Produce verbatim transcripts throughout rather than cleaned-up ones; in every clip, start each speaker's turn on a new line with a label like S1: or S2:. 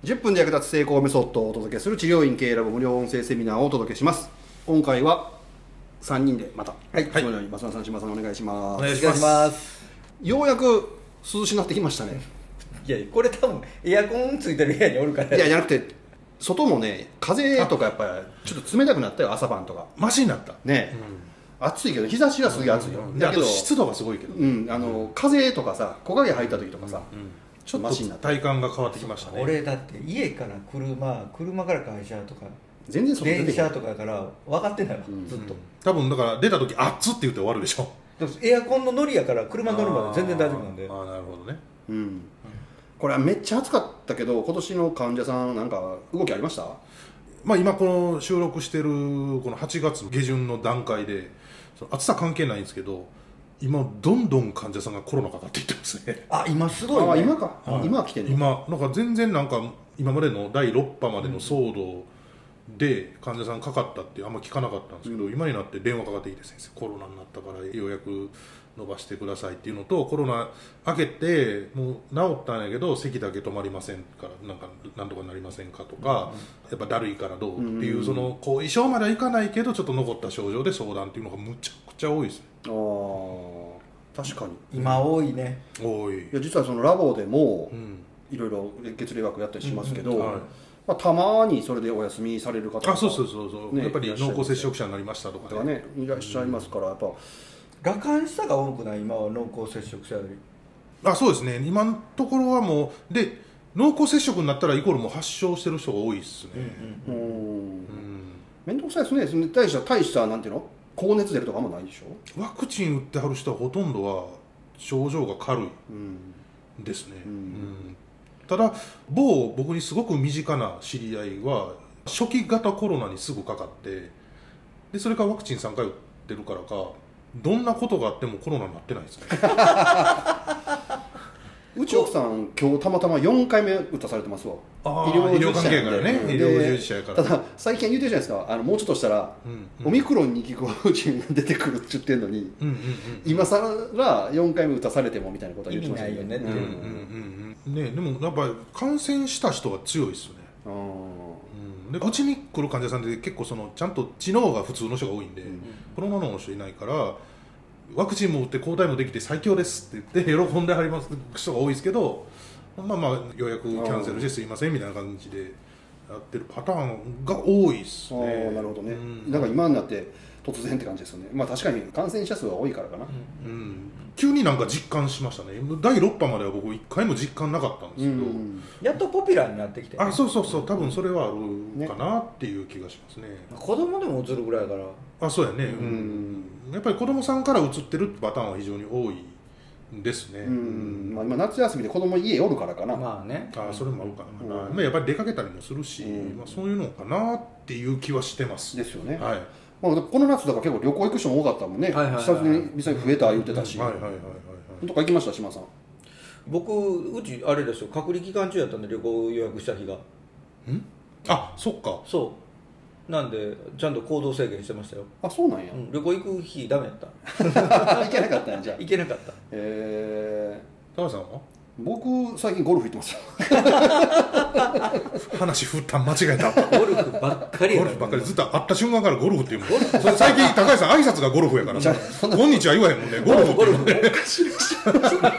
S1: じゅっぷんで役立つ成功メソッドをお届けする治療院経営ラボ無料音声セミナーをお届けします。今回はさんにんでまた、はい、そのように増田さん、島さんお願いします。
S2: お願いします。
S1: ようやく涼しになってきましたね。
S2: いやこれ多分エアコンついてる部屋におるから。
S1: いやじゃなくて外もね、風とかやっぱりちょっと冷たくなったよ。朝晩とか
S3: マシになった
S1: ね、うん、暑いけど日差しがすげえ暑いよ、
S3: うんうん、だけど湿度がすごいけど、
S1: うん、あの風とかさ、木陰入った時とかさ、うんうん、
S3: ちょっと体感が変わってきましたね。
S2: 俺だって家から車車から会社とか
S1: 全然外出て
S2: 電車とかやから分かってないわ、うん、ずっと、うん、
S3: 多分だから出た時熱って言って終わるでしょ。
S2: エアコンの乗りやから車乗るまで全然大丈夫なんで。
S3: ああなるほどね、
S1: うんうん、これはめっちゃ暑かったけど今年の患者さんなんか動きありました？
S3: まあ今この収録してるこのはちがつ下旬の段階でその暑さ関係ないんですけど、今どんどん患者さんがコロナかかっていってますね。
S2: あ今すごいね。
S1: あ今か、
S3: はい、
S1: 今は来てるの。
S3: 今なんか全然なんか今までのだいろっぱまでの騒動で患者さんかかったってあんま聞かなかったんですけど、うん、今になって電話かかってきて、先生コロナになったからようやく伸ばしてくださいっていうのと、コロナ明けてもう治ったんやけど咳だけ止まりませんからなんかなんとかなりませんかとか、うん、やっぱだるいからどうっていう、うん、その後遺症まではいかないけどちょっと残った症状で相談っていうのがむちゃくちゃ多いですね。
S1: あ確かに
S2: 今多いね。
S3: 多い。
S1: いや実はそのラボでもいろいろ血流学やったりしますけど、うんうんはい、まあ、たまにそれでお休みされる方とか、
S3: あそうそうそうそう、ね、やっぱり濃厚接触者になりましたとか
S1: ね, ねいらっしゃいますから、やっぱ
S2: 羅漢したが多くない今は濃厚接触者より。
S3: あそうですね、今のところはもうで濃厚接触になったらイコールもう発症してる人が多いですね。うんうんうん、
S1: 面倒くさいですね。大した大したなんていうの高熱出るとかもないでしょ。
S3: ワクチン打ってはる人はほとんどは症状が軽いですね、うんうん、ただ某僕にすごく身近な知り合いは初期型コロナにすぐかかってでそれからワクチンさんかい打ってるからかどんなことがあってもコロナになってないですね。
S1: うち奥さん今日たまたまよんかいめ打たされてますわ。
S3: あ医療関係からね、医療従事者やから。
S1: ただ最近言うてるじゃないですか、あのもうちょっとしたら、うんうん、オミクロンに効くワクチンが出てくるって言ってるのに、うんうんうん、今さらよんかいめ打たされてもみたいなことは言ってましたよね。
S3: ねでもやっぱり感染した人は強いですよね。あ、うん、でうちに来る患者さんって結構そのちゃんと知能が普通の人が多いんで、うんうん、コロナの人いないからワクチンも打って抗体もできて最強ですって言って喜んではります人が多いですけど、まあまあようやくキャンセルしてすいませんみたいな感じでやってるパターンが多いですね。
S1: あなるほどね、うん、なんか今になって突然って感じですよね。まあ確かに感染者数が多いからかな、
S3: うんうん、急になんか実感しましたね。だいろっぱまでは僕いっかいも実感なかったんですけど、うん、
S2: やっとポピュラーになってきて、ね、
S3: あそうそうそう多分それはあるかなっていう気がしますね。ね
S2: 子供でもうつるぐらいから。
S3: あそうやね、うん、やっぱり子供さんからうつってるパターンは非常に多いですね。うん、
S1: まあ、今夏休みで子供家おるからかな。
S2: まあね。
S3: あそれもあるかな、うん、まあ、やっぱり出かけたりもするし、うんまあ、そういうのかなっていう気はしてます。
S1: ですよね。
S3: はい。
S1: まあ、この夏だから結構旅行行く人も多かったもんね。久々に増えた言ってたし。はいはいはいはい。どこ行きました島さん？
S2: 僕うちあれですよ、隔離期間中やったんで旅行予約した日が。ん？
S3: あそっか。
S2: そう。なんでちゃんと行動制限してましたよ。
S1: あそうなんや、うん、
S2: 旅行行く日ダメやった。
S1: 行けなかったんや。じゃあ
S2: 行けなかった。へ
S1: え
S3: ー、高橋さんは？
S1: 僕最近ゴルフ行ってますよ。
S3: 話振ったん間違えた。
S2: ゴルフばっかりや、ね、
S3: ゴルフばっかりずっと会った瞬間からゴルフっていうもん。それ最近高橋さん挨拶がゴルフやからさこんにちは言わへんもんね。ゴルフっていうもんね。おかしいでしょ。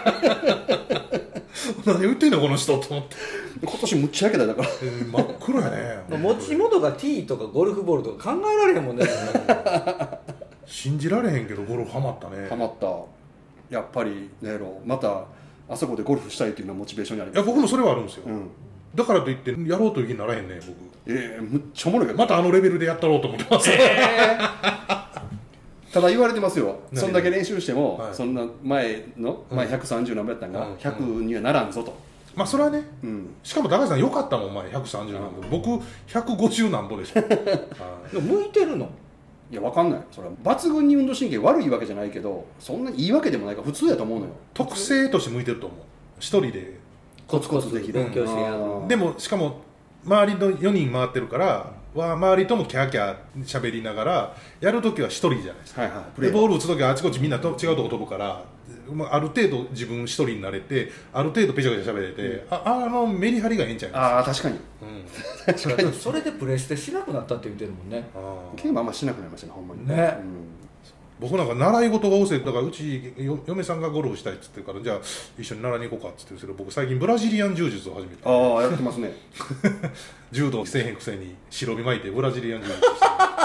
S3: 何言ってんのこの人と思って。
S1: 今年むっちゃ焼けただから、
S3: えー、真っ黒やね。
S2: 持ち物がティーとかゴルフボールとか考えられへんもんね。
S3: 信じられへんけどゴルフハマったね。
S1: ハマった。やっぱりねろまたあそこでゴルフしたいっていうのはモチベーションにあります。
S3: いや僕もそれはあるんですよ、うん、だからといってやろうという気にならへんね僕。
S1: ええー、むっちゃおもろいけど
S3: またあのレベルでやったろうと思ってます、えー、
S1: ただ言われてますよ。そんだけ練習しても、はい、そんな前の前ひゃくさんじゅう何ぼやったんが、うん、ひゃくにはならんぞと。
S3: まあそれはね、うん、しかも高橋さん良かったもん前ひゃくさんじゅう何ぼ、僕ひゃくごじゅう何ぼでした。で
S2: も向いてるの？
S1: いや分かんない。それは抜群に運動神経悪いわけじゃないけどそんなにいいわけでもないから普通やと思うのよ。
S3: 特性として向いてると思う。一人で
S1: コツコツできる、
S2: 勉強してやる。
S3: でもしかも周りのよにん回ってるからは周りともキャーキャー喋りながらやるときはひとりじゃないですか、
S1: はいはい、
S3: でボール打つときはあちこちみんなと違うとこ飛ぶから、まあ、ある程度自分ひとりになれてある程度ペチャペチャ喋れて、うん、ああのメリハリがええんちゃいます
S1: ああ確かに、うん、
S2: 確かにそれでプレステしなくなったって言ってるもんね。
S1: ゲームあんましなくなりましたねほんまに
S2: ね、
S1: うん
S3: 僕なんか習い事が多せだからうち嫁さんがゴルフしたいっつってるからじゃあ一緒に習いに行こうかっつってるんですけど僕最近ブラジリアン柔術を始めて
S1: ああやってますね
S3: 柔道せえへんくせに白帯巻いてブラジリアン柔術して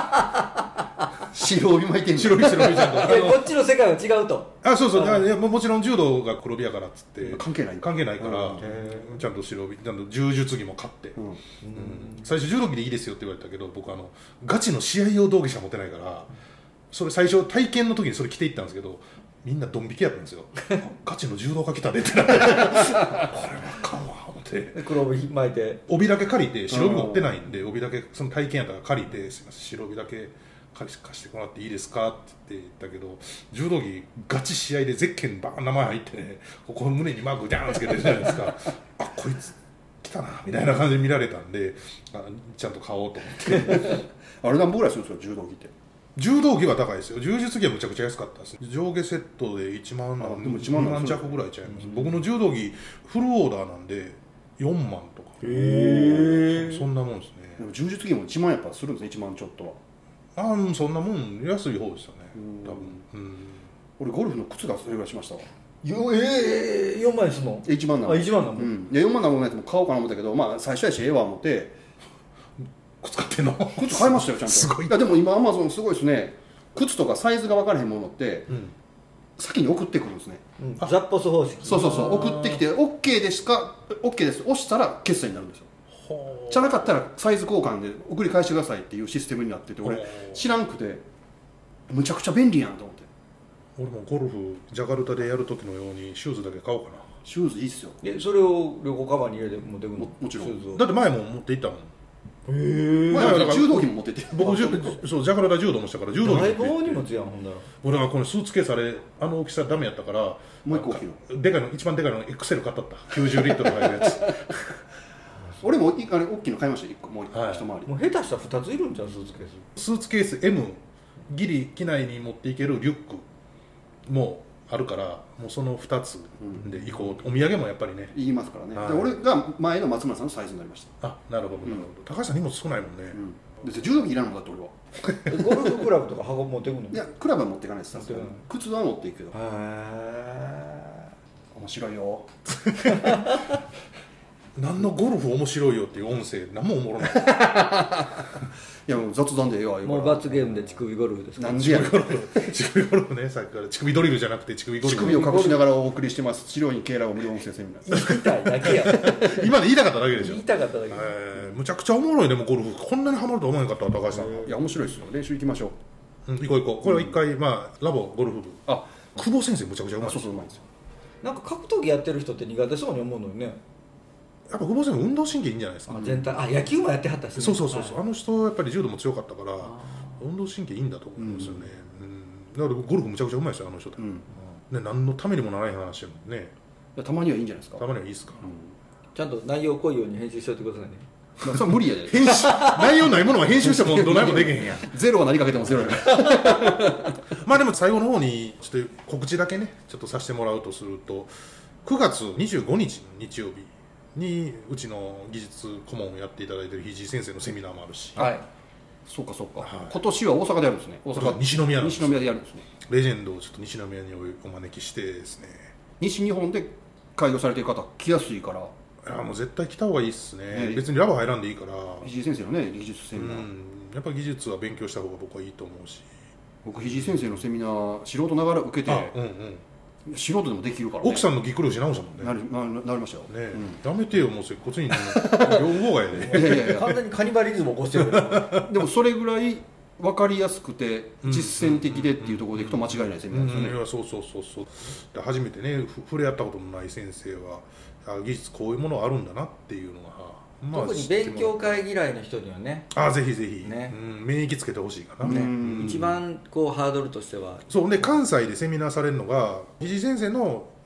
S1: 白帯巻いてん
S3: 白帯白帯ちゃんと
S2: えこっちの世界は違うと。
S3: あそうそういやもちろん柔道が黒帯やからっつって
S1: 関係ない
S3: 関係ないから、うん、ちゃんと白帯ちゃんと柔術着も買って、うんうん、最初柔道着でいいですよって言われたけど僕あのガチの試合用道着しか持ってないからそれ最初体験の時にそれ着ていったんですけどみんなドン引きやったんですよガチの柔道家来たでってなってこれはかんわ思って
S2: 黒帯巻いて
S3: 帯だけ借りて白帯持ってないんで帯だけその体験やったから借りてすいません白帯だけ貸してもらっていいですかって言ったけど柔道着ガチ試合でゼッケンバーン名前入ってねここ胸にマークジャーンつけてるじゃないですかあこいつ来たなみたいな感じで見られたんであちゃんと買おうと思って
S1: あれ何本ぐらいするんですか柔道着って
S3: 柔道着は高いですよ柔術着はむちゃくちゃ安かったです上下セットでいちまんなんでもいちまん弱ぐらいちゃいます、うん、僕の柔道着フルオーダーなんでよんまんとかへえそんなもんですね
S1: でも柔術着もいちまんやっぱするんですねいちまんちょっとは
S3: ああそんなもん安い方ですよね多分、うん、
S1: 俺ゴルフの靴がそれぐらいしましたわ
S2: よえー、よんまん円すんの
S1: いちまんなの
S2: あいちまんなの、
S1: うん、いやよんまんなのやつも買おうかな思ったけどまあ最初やしええわ思って
S3: 靴買ってんの
S1: 靴買いましたよちゃんと
S3: すごい
S1: いやでも今アマゾンすごいですね靴とかサイズが分からへんものって、うん、先に送ってくるんですね、
S2: うん、ザッポス方式
S1: そうそうそう送ってきて OK ですか OK です押したら決済になるんですよじゃなかったらサイズ交換で送り返してくださいっていうシステムになってて俺知らんくてむちゃくちゃ便利やんと思って
S3: 俺もゴルフジャカルタでやる時のようにシューズだけ買おうかな
S1: シューズいいっすよ
S2: えそれを旅行カバンに入れて持ってくるの
S1: も, もちろん
S3: だって前も持って行ったもん
S1: へえ、まあ、柔道着も持ってて
S3: 僕そうジャカルタ柔道もしたから柔道着
S2: だいぶ大荷物やんほんだら
S3: 俺はこのスーツケースあれあの大きさダメやったから
S1: もう一個大きい
S3: のでかいの一番でかいの エクセル買ったったきゅうじゅうリットル入るやつ
S1: 俺もあれ大きいの買いましたいっこもう一個、はい、一回り
S2: もう下手したらふたついるんじゃんスーツケース
S3: スーツケース エム ギリ機内に持っていけるリュックもあるからもうそのふたつで行こう、うん、お土産もやっぱりね
S1: 言いますからね、はい、で俺が前の松村さんのサイズになりました
S3: あなるほどなるほど、うん、高橋さん荷物少ないもんね、
S1: うん、で柔道着いらんのだって俺は
S2: ゴルフクラブとか箱持ってくるの
S1: いやクラブは持っていかないです靴は持っていくけどへ
S2: え
S1: 面白いよ
S3: 何のゴルフ面白いよっていう音声何もおもろない
S1: いやもう雑談でええわ
S2: もう罰ゲームで乳首ゴルフですか
S1: 何時や
S3: 乳首ゴルフねさっきから乳首ドリルじゃなくて乳首ゴルフ
S1: 乳首を隠しながらお送りしてます治療院ケイラーを無料音声セミナー
S2: 言いたいだけや
S3: 今で言いたかっただけでしょ
S2: 言いたかっただけ、
S3: えー、むちゃくちゃおもろいでもゴルフこんなにハマると思わなかったわ高橋さん
S1: いや面白いですよ練習行きましょ
S3: う、うん、行こう行こうこれは一回、うん、まあラボゴルフ部
S1: あ
S3: 久保先生むちゃくちゃうまい
S1: そうそううまいですよ
S2: なんか格闘技やってる人って苦手そうに思うのにね
S3: やっぱ久保先生運動神経いいんじゃないですか
S2: あ全体あ野球もやってはったし、ね、
S3: そうそうそうそう、はい、あの人はやっぱり柔道も強かったから運動神経いいんだと思うんですよね、うんうん、だからゴルフむちゃくちゃうまいですよあの人って、うんね、何のためにもならない話やもんね
S1: いやたまにはいいんじゃないですか
S3: たまにはいいですか、うん、
S2: ちゃんと内容濃いように編集しておいてくださいね
S1: まあそれは無理やで
S3: 編集内容ないものは編集してもどないもできへんやん
S1: ゼロは何かけてもゼロや
S3: まあでも最後の方にちょっと告知だけねちょっとさせてもらうとするとくがつにじゅうごにちの日曜日にうちの技術顧問をやっていただいているひじ先生のセミナーもあるし、
S1: はい、そうかそうか、はい、今年は大阪でやるんですね大阪
S3: 西宮なんです
S1: 西宮でやるんですね
S3: レジェンドをちょっと西宮にお招きしてですね
S1: 西日本で開業されている方来やすいから
S3: いやもう絶対来た方がいいっすね、ね別にラボ入らんでいいから
S1: ひじ先生のね技術セミナー、うん、
S3: やっぱり技術は勉強した方が僕はいいと思うし
S1: 僕ひじ先生のセミナー素人ながら受けて、
S3: うんうん
S1: 素人でもできるから、ね、
S3: 奥さんのぎっくり腰直したもんね
S1: なり、な、なりましたよ、
S3: ねうん、やめてよもう接骨院の両方がやで
S1: いやいやいや
S2: 完全にカニバリズムを起こしてる
S1: でもそれぐらい分かりやすくて実践的でっていうところでいくと間違いないセミナーですよね、
S3: うんうんうん、そうそうそうそうで初めてね触れ合ったことのない先生は技術こういうものがあるんだなっていうのが、
S2: まあ、特に勉強会嫌いの人にはね
S3: あぜひぜひ、
S2: ね
S3: うん、免疫つけてほしいかな、ね、
S2: 一番こうハードルとしては
S3: そうね関西でセミナーされるのがひじ先生の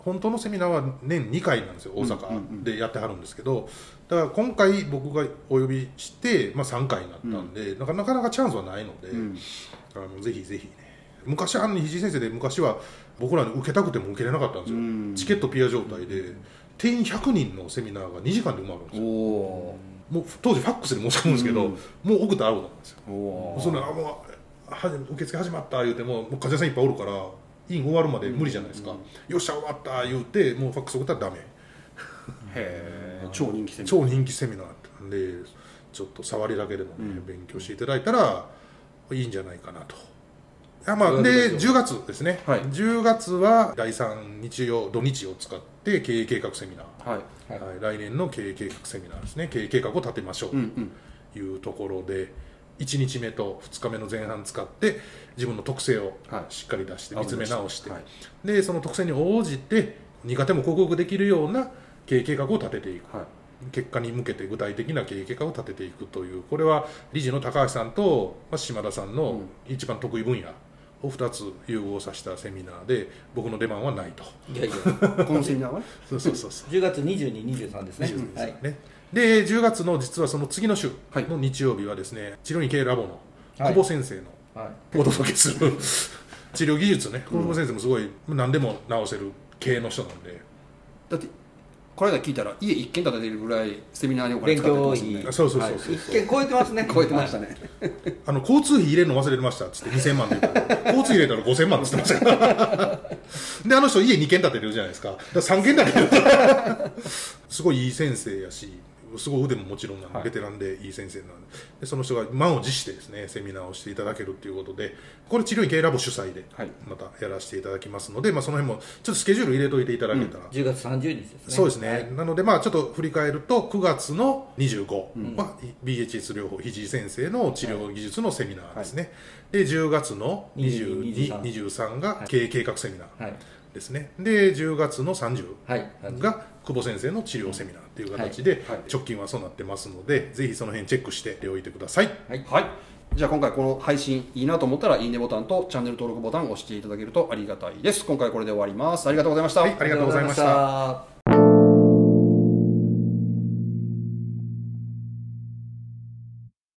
S3: 本当のセミナーは年にかいなんですよ、大阪でやってはるんですけど、だから今回僕がお呼びして、まあ、さんかいになったんで、うん、なかなかチャンスはないので、うん、あのぜひぜひね、昔は肘井先生で昔は僕らに受けたくても受けれなかったんですよ、うん、チケットピア状態で定員ひゃくにんのセミナーがにじかんで埋まるんですよ。もう当時ファックスで申し込むんですけど、うん、もう送ったらアウトなんですよ。そんなあもうは受付始まった言うてももう患者さんいっぱいおるからイン終わるまで無理じゃないですか、うんうん、よっしゃ終わった言うてもうファックス送ったらダメ。へ
S1: え超人気セミナー
S3: 超人気セミナーなんでちょっと触りだけでもね、うん、勉強していただいたらいいんじゃないかなと。あ、まあ、でじゅうがつですね、はい、じゅうがつはだいさん日曜土日を使って経営計画セミナー、はいはいはい、来年の経営計画セミナーですね、経営計画を立てましょうというところで、うんうん、いちにちめとふつかめの前半使って自分の特性をしっかり出して見つめ直して、はい、でその特性に応じて苦手も克服できるような経営計画を立てていく、はい、結果に向けて具体的な経営計画を立てていくという、これは理事の高橋さんと島田さんの一番得意分野をふたつ融合させたセミナーで僕の出番はないと。
S1: いやいやこのセミナーはね
S3: そうそうそうそう
S2: じゅうがつにじゅうに、にじゅうさんですね。
S3: はい、でじゅうがつの実はその次の週の日曜日はですね、治療院系ラボの久保先生のお届けする、はい、治療技術ね、久保先生もすごい何でも治せる系の人なんで、
S1: だってこの間聞いたら家一軒建ててるぐらいセミナーにお金使ってますね。
S3: そうそうそうそう、はい、
S2: 一軒超えてますね。
S1: 超えてましたね。
S3: あの交通費入れるの忘れてましたっつってにせんまんで言ったら交通費入れたらごせんまんっつってましたからであの人家にけん建ててるじゃないですか。だからさんけん建ててるすごいいい先生やし、すごい腕ももちろんなんで、はい、ベテランでいい先生なんで、でその人が満を持してですねセミナーをしていただけるということで、これ治療院系ラボ主催でまたやらせていただきますので、はい、まあ、その辺もちょっとスケジュール入れといていただけたら、うん、
S2: じゅうがつさんじゅうにちですね。
S3: そうですね、はい、なのでまあちょっと振り返るとくがつのにじゅうごは ビーエイチエス 療法肘井先生の治療技術のセミナーですね、はい、でじゅうがつのにじゅうに、にじゅうさんが経営計画セミナー、はいですね、でじゅうがつのさんじゅうが久保先生の治療セミナーという形で直近はそうなってますので、ぜひその辺チェックしておいてください。
S1: はい、はい、じゃあ今回この配信いいなと思ったらいいねボタンとチャンネル登録ボタンを押していただけるとありがたいです。今回これで終わります。ありがとうございました。
S3: はい、ありがとうございました。